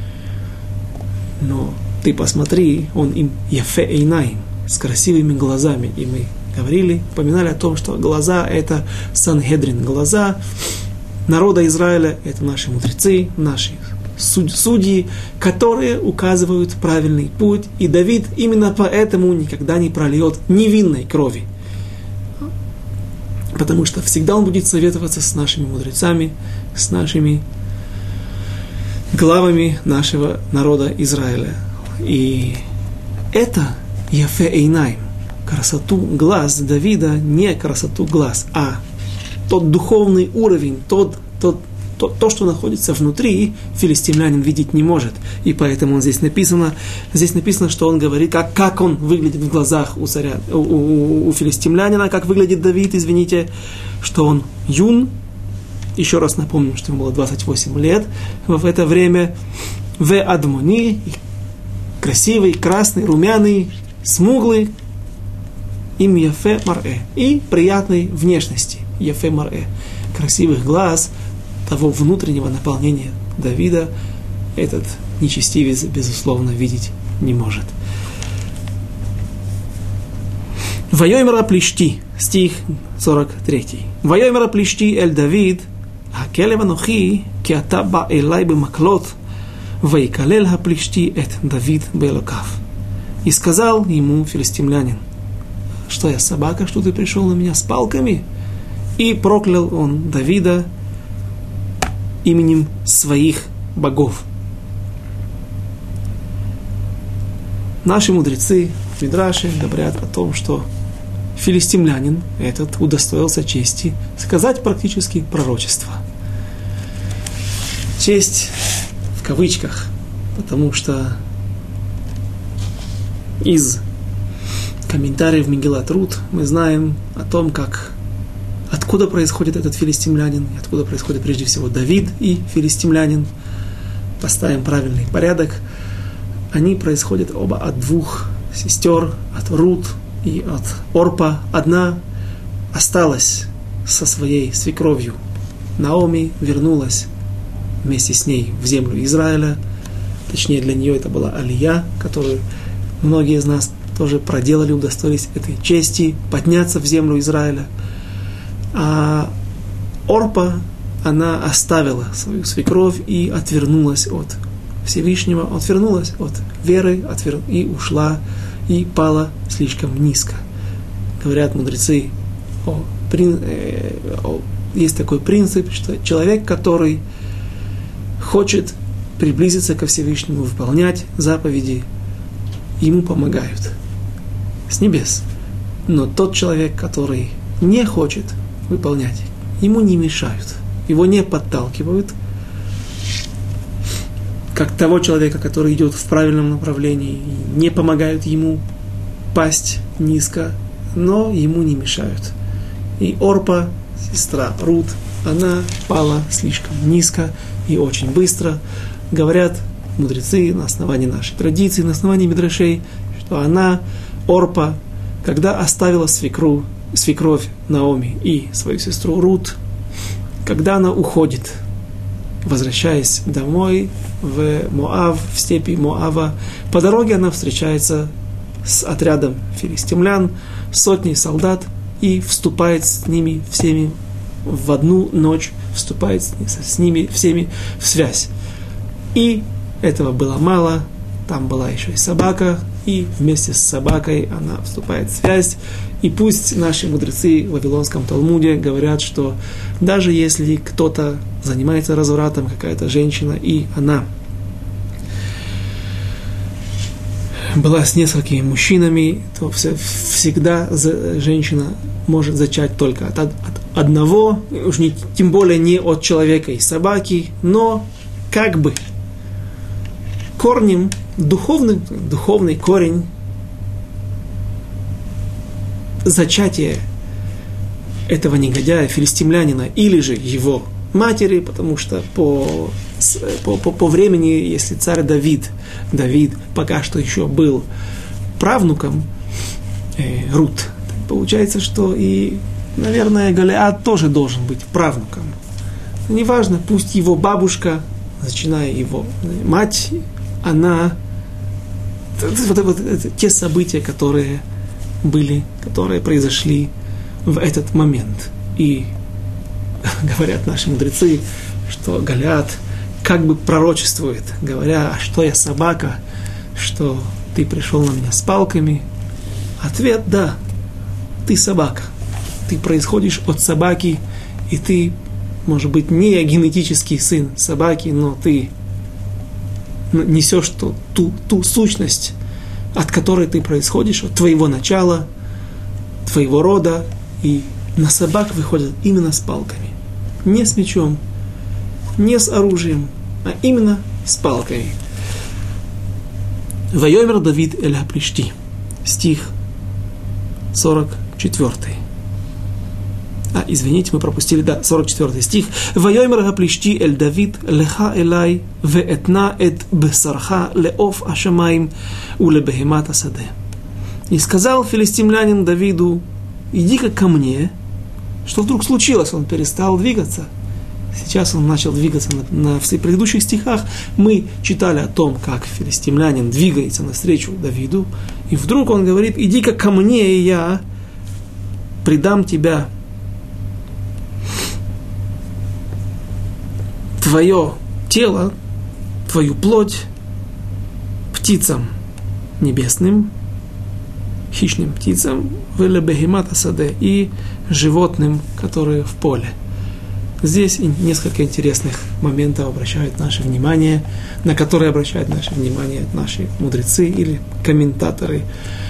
Но ты посмотри, он им яфе эйнаим, с красивыми глазами. И мы упоминали о том, что глаза – это Сангедрин, глаза народа Израиля – это наши мудрецы, наши судьи, которые указывают правильный путь, и Давид именно поэтому никогда не прольет невинной крови, потому что всегда он будет советоваться с нашими мудрецами, с нашими главами нашего народа Израиля. И это яфе эйнайм, красоту глаз Давида, не красоту глаз, а тот духовный уровень, тот то, что находится внутри, филистимлянин видеть не может. И поэтому здесь написано, что он говорит, как он выглядит в глазах у царя, у филистимлянина, как выглядит Давид, что он юн. Еще раз напомню, что ему было 28 лет в это время. В адмони, красивый, красный, румяный, смуглый, им яфе марэ, и приятной внешности, яфе марэ, красивых глаз, того внутреннего наполнения Давида этот нечестивец, безусловно, видеть не может. Вайомер плишти, стих 43. Вайомер плишти эль Давид, акелев анохи, ки ата ба элай бемаклот, вайкалел хаплишти эт Давид беэлокав. И сказал ему филистимлянин: что я собака, что ты пришел на меня с палками? И проклял он Давида именем своих богов. Наши мудрецы в Мидраше говорят о том, что филистимлянин этот удостоился чести сказать практически пророчество. Честь в кавычках, потому что из комментариев Мегилат Рут мы знаем о том, откуда происходит этот филистимлянин, откуда происходит прежде всего Давид и филистимлянин. Поставим правильный порядок. Они происходят оба от двух сестер, от Рут и от Орпа. Одна осталась со своей свекровью. Наоми вернулась вместе с ней в землю Израиля. Точнее, для нее это была алия, которую многие из нас тоже проделали, удостоились этой чести подняться в землю Израиля. А Орпа, она оставила свою свекровь и отвернулась от Всевышнего, отвернулась от веры, и ушла, и пала слишком низко. Говорят мудрецы, есть такой принцип, что человек, который хочет приблизиться ко Всевышнему, выполнять заповеди, ему помогают с небес. Но тот человек, который не хочет выполнять, ему не мешают, его не подталкивают, как того человека, который идет в правильном направлении, не помогают ему пасть низко, но ему не мешают. И Орпа, сестра Рут, она пала слишком низко и очень быстро. Говорят мудрецы на основании нашей традиции, на основании Мидрашей, что она, Орпа, когда оставила свекровь Наоми и свою сестру Рут, когда она уходит, возвращаясь домой в Моав, в степи Моава, по дороге она встречается с отрядом филистимлян, сотней солдат, и вступает с ними всеми в одну ночь, вступает с ними всеми в связь. И этого было мало, там была еще и собака, и вместе с собакой она вступает в связь. И пусть наши мудрецы в Вавилонском Талмуде говорят, что даже если кто-то занимается развратом, какая-то женщина, и она была с несколькими мужчинами, то всегда женщина может зачать только от одного, уж тем более не от человека и собаки, но как бы корнем, духовный корень зачатия этого негодяя, филистимлянина, или же его матери, потому что по времени, если царь Давид пока что еще был правнуком Рут, получается, что и, наверное, Голиат тоже должен быть правнуком. Неважно, пусть его бабушка, начиная его мать, она те события, которые произошли в этот момент. И говорят наши мудрецы, что Голиат как бы пророчествует, говоря: а что я собака, что ты пришел на меня с палками? Ответ: да, ты собака. Ты происходишь от собаки, и ты, может быть, не генетический сын собаки, но ты несешь ту сущность, от которой ты происходишь, от твоего начала, твоего рода, и на собак выходят именно с палками, не с мечом. не с оружием, а именно с палкой. Вайомер Давид эль Хаплишти. Стих 44. Извините, мы пропустили, 44 стих. Вайомер Хаплишти эль Давид леха элай веэтна эт бесарха леов ашамаим улебехемат асаде. И сказал филистимлянин Давиду: иди-ка ко мне. Что вдруг случилось? Он перестал двигаться. Сейчас он начал двигаться. На всех предыдущих стихах мы читали о том, как филистимлянин двигается навстречу Давиду. И вдруг он говорит: иди-ка ко мне, и я предам тебя, твое тело, твою плоть птицам небесным, хищным птицам, велебехемат асаде, и животным, которые в поле. Здесь несколько интересных моментов обращают наше внимание, на которые обращают наше внимание наши мудрецы или комментаторы.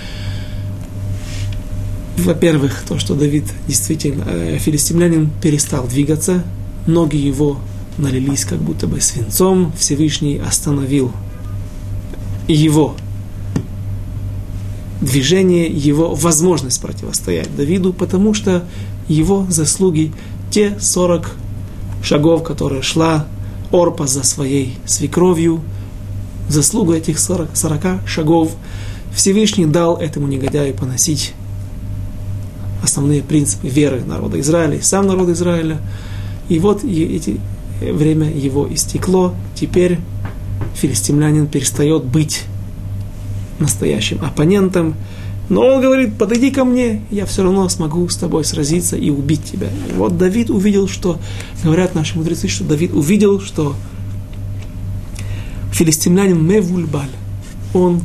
Во-первых, то, что Давид действительно, филистимлянин перестал двигаться, ноги его налились как будто бы свинцом, Всевышний остановил его движение, его возможность противостоять Давиду, потому что его заслуги, те 40 шагов, которые шла Орпа за своей свекровью, заслугу этих 40 шагов Всевышний дал этому негодяю поносить основные принципы веры народа Израиля и сам народ Израиля. И вот время его истекло, теперь филистимлянин перестает быть настоящим оппонентом, но он говорит: подойди ко мне, я все равно смогу с тобой сразиться и убить тебя. И вот Давид увидел, что, говорят наши мудрецы, что Давид увидел, что филистимлянин мевульбаль, он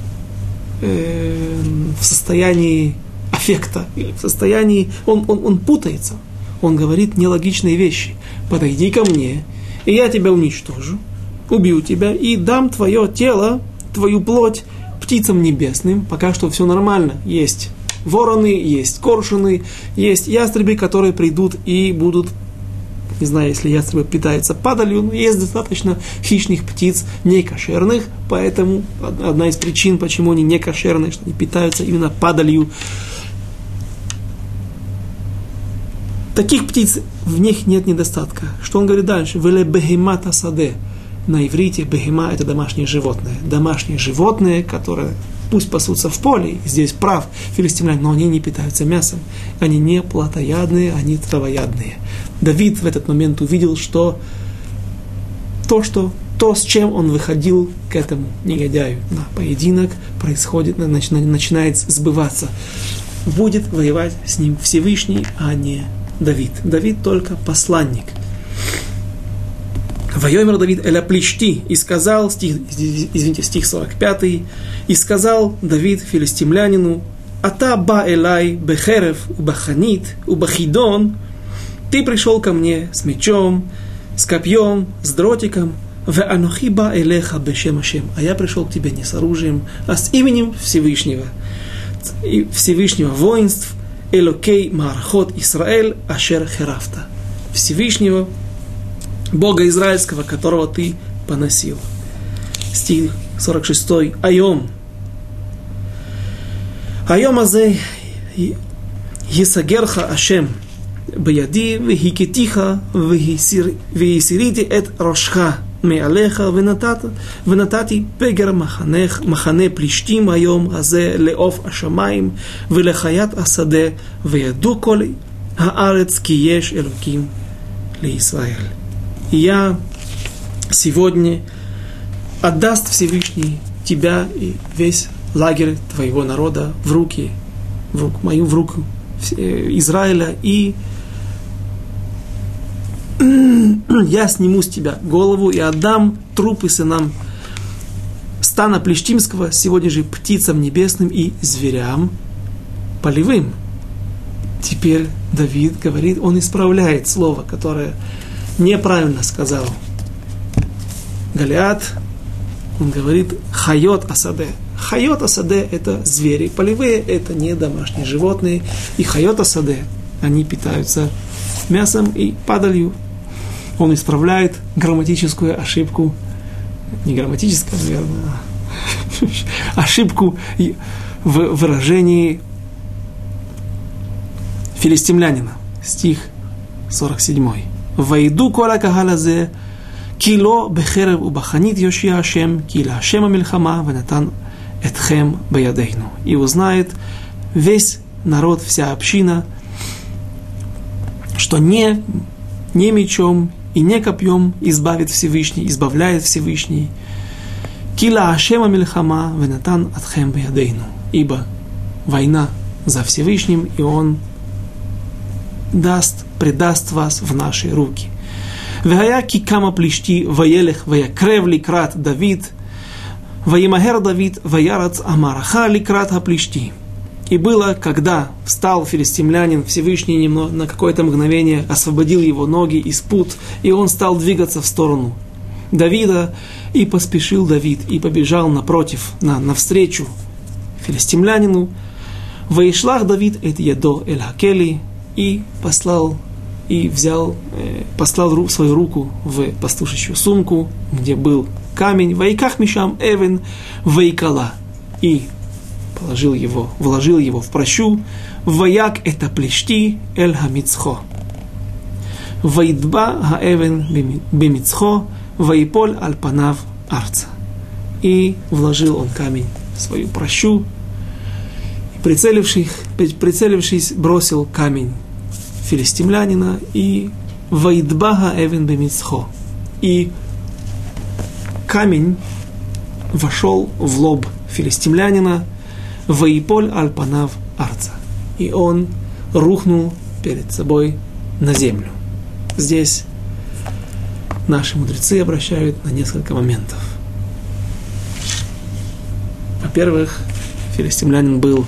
в состоянии аффекта, в состоянии, он путается, он говорит нелогичные вещи. Подойди ко мне, и я тебя уничтожу, убью тебя и дам твое тело, твою плоть птицам небесным. Пока что все нормально. Есть вороны, есть коршуны, есть ястребы, которые придут и будут, не знаю, если ястребы питаются падалью, но есть достаточно хищных птиц некошерных, поэтому одна из причин, почему они некошерные, что они питаются именно падалью. Таких птиц, в них нет недостатка. Что он говорит дальше? «Веле бехемат асаде». На иврите бехема – это домашнее животное. Домашние животные, которые пусть пасутся в поле, здесь прав филистимляне, но они не питаются мясом. Они не плотоядные, они травоядные. Давид в этот момент увидел, что то, с чем он выходил к этому негодяю на поединок, происходит, начинает сбываться. Будет воевать с ним Всевышний, а не Давид. Давид только посланник. Вайомер Давид эль Хаплишти, и сказал, стих 45, и сказал Давид филистимлянину: ата ба элай бехерев убаханит убахидон, ты пришел ко мне с мечом, с копьем, с дротиком, в анохи ба элеха бешем Ашем, а я пришел к тебе не с оружием, а с именем Всевышнего воинств, Элокей Маархот Исраэль Ашер Херафта, Всевышнего Бога Израильского, которого ты поносил. Стих 46. Айом азе Есагерха Ашем Бияди Вихикетиха Вихисирити эт Рошха Меалеха Венатати Пегер Махане Плиштим Айом Азе Леов Ашамаим Велехаят Асаде Веяду Коль Хаарец Киеш Элоким Леисраэль. И я сегодня отдаст Всевышний тебя и весь лагерь твоего народа в руку Израиля, и я сниму с тебя голову и отдам трупы сынам стана плештимского, сегодня же птицам небесным и зверям полевым. Теперь Давид говорит, он исправляет слово, которое неправильно сказал Голиат. Он говорит хайот асаде. Хайот асаде – это звери полевые, это не домашние животные. И хайот асаде, они питаются мясом и падалью. он исправляет грамматическую ошибку, не грамматическую, наверное, ошибку в выражении филистимлянина. Стих 47. «Вайду кола кагалазе, кило бехерев убаханит йошия Ашем, кила Ашема мильхама, ванатан этхем баядейну». И узнает весь народ, вся община, что не мечом и не копьем избавляет Всевышний. Кила Ашема мильхама, ванатан этхем баядейну. Ибо война за Всевышним, и Он предаст вас в наши руки. «Вая кикама плишти ваелех ваякрев ликрат Давид, ваимахер Давид ваярац амараха ликрат хаплишти». И было, когда встал филистимлянин, Всевышний на какое-то мгновение освободил его ноги из пут, и он стал двигаться в сторону Давида, и поспешил Давид, и побежал навстречу филистимлянину. «Ваишлах Давид эт ядо эль хакели», и послал свою руку в пастушечью сумку, где был камень, «Ваиках мишам эвен ваикала», и вложил его в прощу, «Ваяк это плешти эль хамицхо, ваидба хаэвен бемицхо, ваиполь аль панав арца». И вложил он камень в свою прощу, прицелившись, бросил камень филистимлянина, и «Ваидбага эвен бемицхо», и камень вошел в лоб филистимлянина, «Ваиполь аль панав арца», и он рухнул перед собой на землю. Здесь наши мудрецы обращают на несколько моментов. Во-первых, филистимлянин был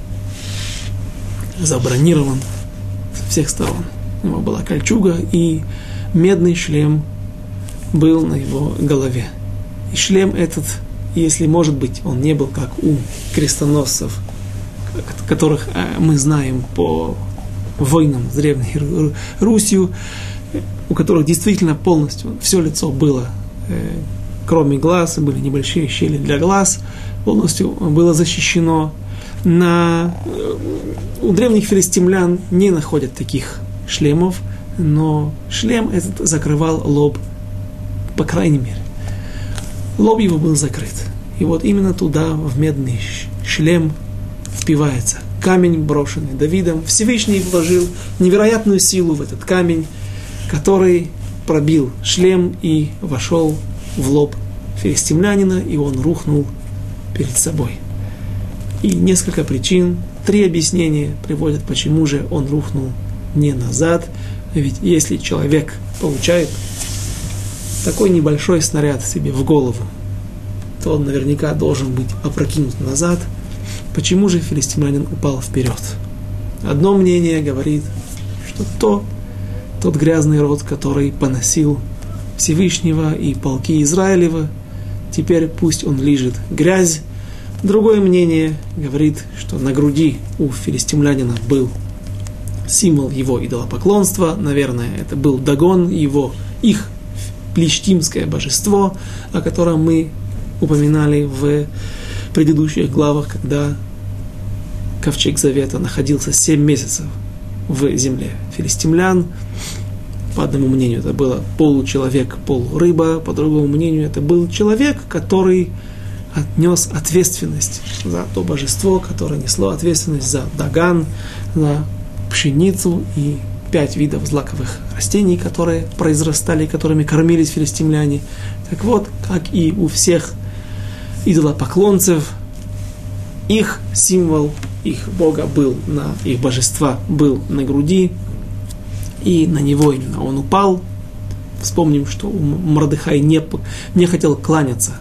забронирован со всех сторон. У него была кольчуга, и медный шлем был на его голове. И шлем этот, если, может быть, он не был как у крестоносцев, которых мы знаем по войнам с Древней Русью, у которых действительно полностью все лицо было, кроме глаз, были небольшие щели для глаз, полностью было защищено. У древних филистимлян не находят таких шлемов, но шлем этот закрывал лоб, по крайней мере. Лоб его был закрыт. И вот именно туда, в медный шлем, впивается камень, брошенный Давидом. Всевышний вложил невероятную силу в этот камень, который пробил шлем и вошел в лоб филистимлянина, и он рухнул перед собой. И несколько причин, 3 объяснения приводят, почему же он рухнул не назад. Ведь если человек получает такой небольшой снаряд себе в голову, то он наверняка должен быть опрокинут назад. Почему же филистимлянин упал вперед? Одно мнение говорит, что тот грязный род, который поносил Всевышнего и полки Израилева, теперь пусть он лижет грязь. Другое мнение говорит, что на груди у филистимлянина был символ его идолопоклонства. Наверное, это был Дагон, их плештимское божество, о котором мы упоминали в предыдущих главах, когда ковчег Завета находился 7 месяцев в земле филистимлян. По одному мнению, это было получеловек, полурыба, по другому мнению, это был человек, который отнес ответственность за то божество, которое несло ответственность за Даган, за пшеницу и 5 видов злаковых растений, которые произрастали, которыми кормились филистимляне. Так вот, как и у всех идолопоклонцев, их символ, их бога их божества был на груди, и на него именно он упал. Вспомним, что Мордехай не хотел кланяться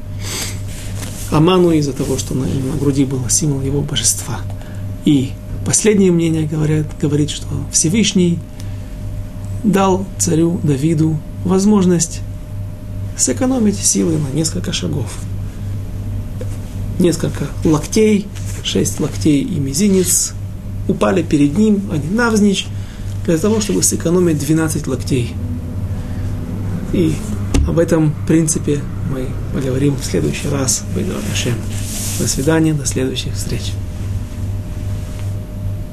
Аману из-за того, что на груди был символ его божества. И последнее мнение говорит, что Всевышний дал царю Давиду возможность сэкономить силы на несколько шагов. Несколько локтей, 6 локтей и мизинец упали перед ним, они навзничь, для того, чтобы сэкономить 12 локтей. И об этом принципе мы поговорим в следующий раз. До свидания, до следующих встреч.